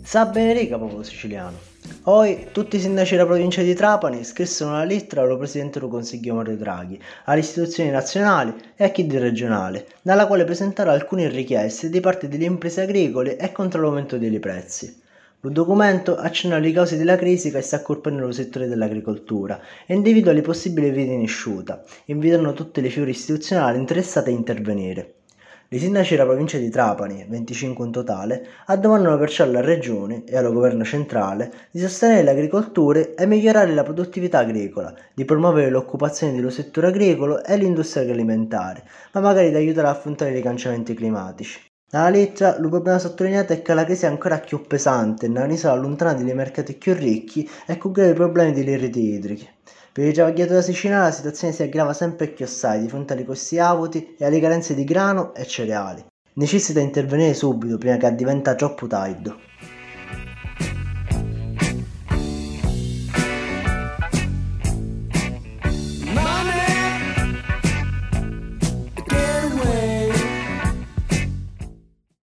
Sa benedica popolo siciliano. Oggi tutti i sindaci della provincia di Trapani scrissero una lettera al presidente del Consiglio Mario Draghi, alle istituzioni nazionali e a chi di regionale, nella quale presentare alcune richieste di parte delle imprese agricole e contro l'aumento dei prezzi. Il documento accenna alle cause della crisi che sta colpendo il settore dell'agricoltura e individua le possibili vie di uscita, invitando tutte le figure istituzionali interessate a intervenire. I sindaci della provincia di Trapani, 25 in totale, domandano perciò alla Regione e al Governo centrale di sostenere l'agricoltura e migliorare la produttività agricola, di promuovere l'occupazione dello settore agricolo e l'industria agroalimentare, ma magari di aiutare a affrontare i cambiamenti climatici. Nella lettera, il problema sottolineato è che la crisi è ancora più pesante nell'isola lontana dai mercati più ricchi e con gravi problemi di reti idriche. Per i travagliatori siciliani la situazione si aggrava sempre più assai di fronte ai costi acuti e alle carenze di grano e cereali. Necessita intervenire subito prima che diventa troppo tardi.